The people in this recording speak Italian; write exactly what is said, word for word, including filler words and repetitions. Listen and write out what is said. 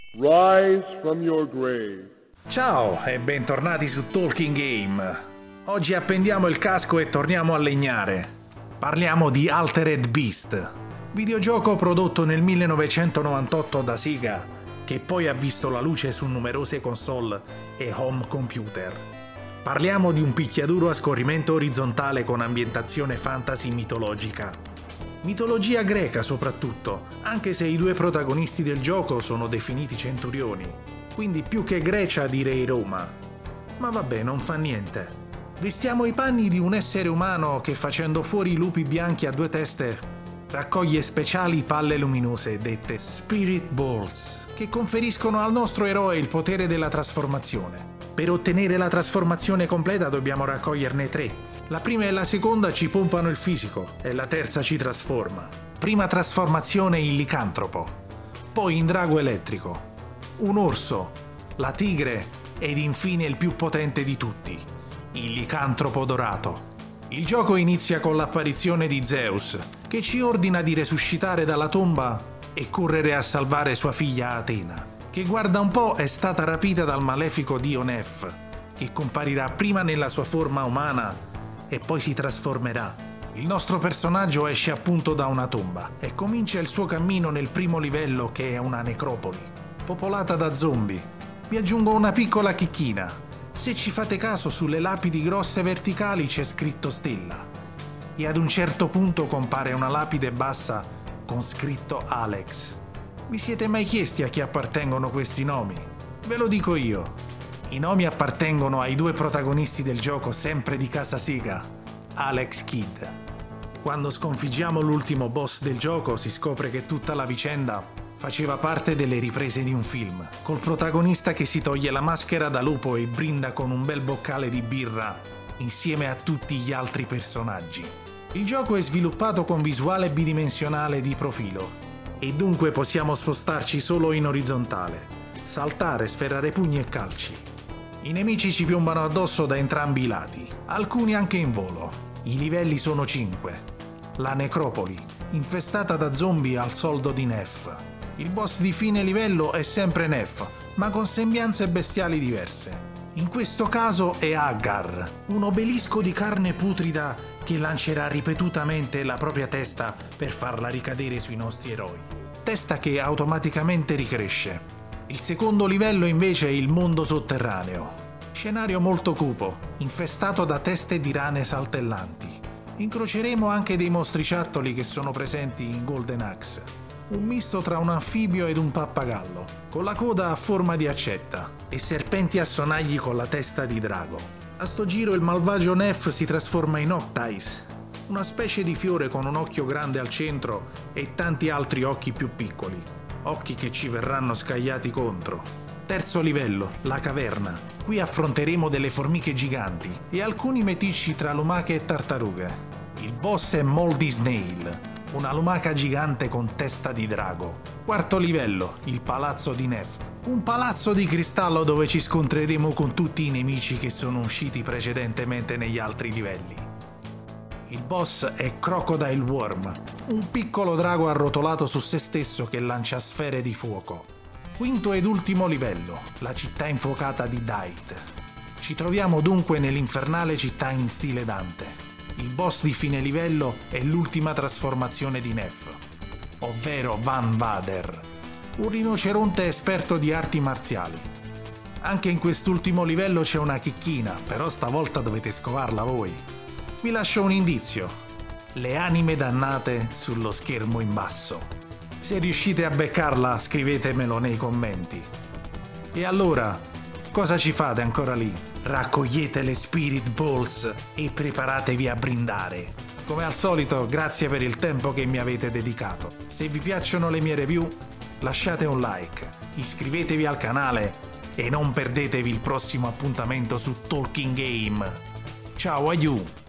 Rise from your grave. Ciao e bentornati su Talking Game. Oggi appendiamo il casco e torniamo a legnare. Parliamo di Altered Beast, videogioco prodotto nel millenovecentonovantotto da Sega, che poi ha visto la luce su numerose console e home computer. Parliamo di un picchiaduro a scorrimento orizzontale con ambientazione fantasy mitologica. Mitologia greca soprattutto, anche se i due protagonisti del gioco sono definiti centurioni, quindi più che Grecia direi Roma. Ma vabbè, non fa niente. Vestiamo i panni di un essere umano che, facendo fuori i lupi bianchi a due teste, raccoglie speciali palle luminose dette Spirit Balls, che conferiscono al nostro eroe il potere della trasformazione. Per ottenere la trasformazione completa dobbiamo raccoglierne tre. La prima e la seconda ci pompano il fisico e la terza ci trasforma. Prima trasformazione in licantropo, poi in drago elettrico, un orso, la tigre ed infine il più potente di tutti, il licantropo dorato. Il gioco inizia con l'apparizione di Zeus, che ci ordina di resuscitare dalla tomba e correre a salvare sua figlia Atena, che guarda un po' è stata rapita dal malefico dio Nef, che comparirà prima nella sua forma umana e poi si trasformerà. Il nostro personaggio esce appunto da una tomba e comincia il suo cammino nel primo livello, che è una necropoli, popolata da zombie. Vi aggiungo una piccola chicchina. Se ci fate caso, sulle lapidi grosse verticali c'è scritto Stella e ad un certo punto compare una lapide bassa con scritto Alex. Vi siete mai chiesti a chi appartengono questi nomi? Ve lo dico io. I nomi appartengono ai due protagonisti del gioco, sempre di casa Sega, Alex Kidd. Quando sconfiggiamo l'ultimo boss del gioco si scopre che tutta la vicenda faceva parte delle riprese di un film, col protagonista che si toglie la maschera da lupo e brinda con un bel boccale di birra insieme a tutti gli altri personaggi. Il gioco è sviluppato con visuale bidimensionale di profilo e dunque possiamo spostarci solo in orizzontale, saltare, sferrare pugni e calci. I nemici ci piombano addosso da entrambi i lati, alcuni anche in volo. I livelli sono cinque. La necropoli, infestata da zombie al soldo di Nef. Il boss di fine livello è sempre Nef, ma con sembianze bestiali diverse. In questo caso è Aggar, un obelisco di carne putrida che lancerà ripetutamente la propria testa per farla ricadere sui nostri eroi. Testa che automaticamente ricresce. Il secondo livello invece è il mondo sotterraneo. Scenario molto cupo, infestato da teste di rane saltellanti. Incroceremo anche dei mostriciattoli che sono presenti in Golden Axe. Un misto tra un anfibio ed un pappagallo, con la coda a forma di accetta, e serpenti a sonagli con la testa di drago. A sto giro il malvagio Nef si trasforma in Octais, una specie di fiore con un occhio grande al centro e tanti altri occhi più piccoli. Occhi che ci verranno scagliati contro. Terzo livello, la caverna. Qui affronteremo delle formiche giganti e alcuni meticci tra lumache e tartarughe. Il boss è Moldy Snail, una lumaca gigante con testa di drago. Quarto livello, il palazzo di Nef. Un palazzo di cristallo dove ci scontreremo con tutti i nemici che sono usciti precedentemente negli altri livelli. Il boss è Crocodile Worm, un piccolo drago arrotolato su se stesso che lancia sfere di fuoco. Quinto ed ultimo livello, la città infuocata di Dite. Ci troviamo dunque nell'infernale città in stile Dante. Il boss di fine livello è l'ultima trasformazione di Nef, ovvero Van Vader, un rinoceronte esperto di arti marziali. Anche in quest'ultimo livello c'è una chicchina, però stavolta dovete scovarla voi. Vi lascio un indizio: le anime dannate sullo schermo in basso. Se riuscite a beccarla, scrivetemelo nei commenti. E allora, cosa ci fate ancora lì? Raccogliete le Spirit Balls e preparatevi a brindare. Come al solito, grazie per il tempo che mi avete dedicato. Se vi piacciono le mie review, lasciate un like, iscrivetevi al canale e non perdetevi il prossimo appuntamento su Talking Game. Ciao, aiù!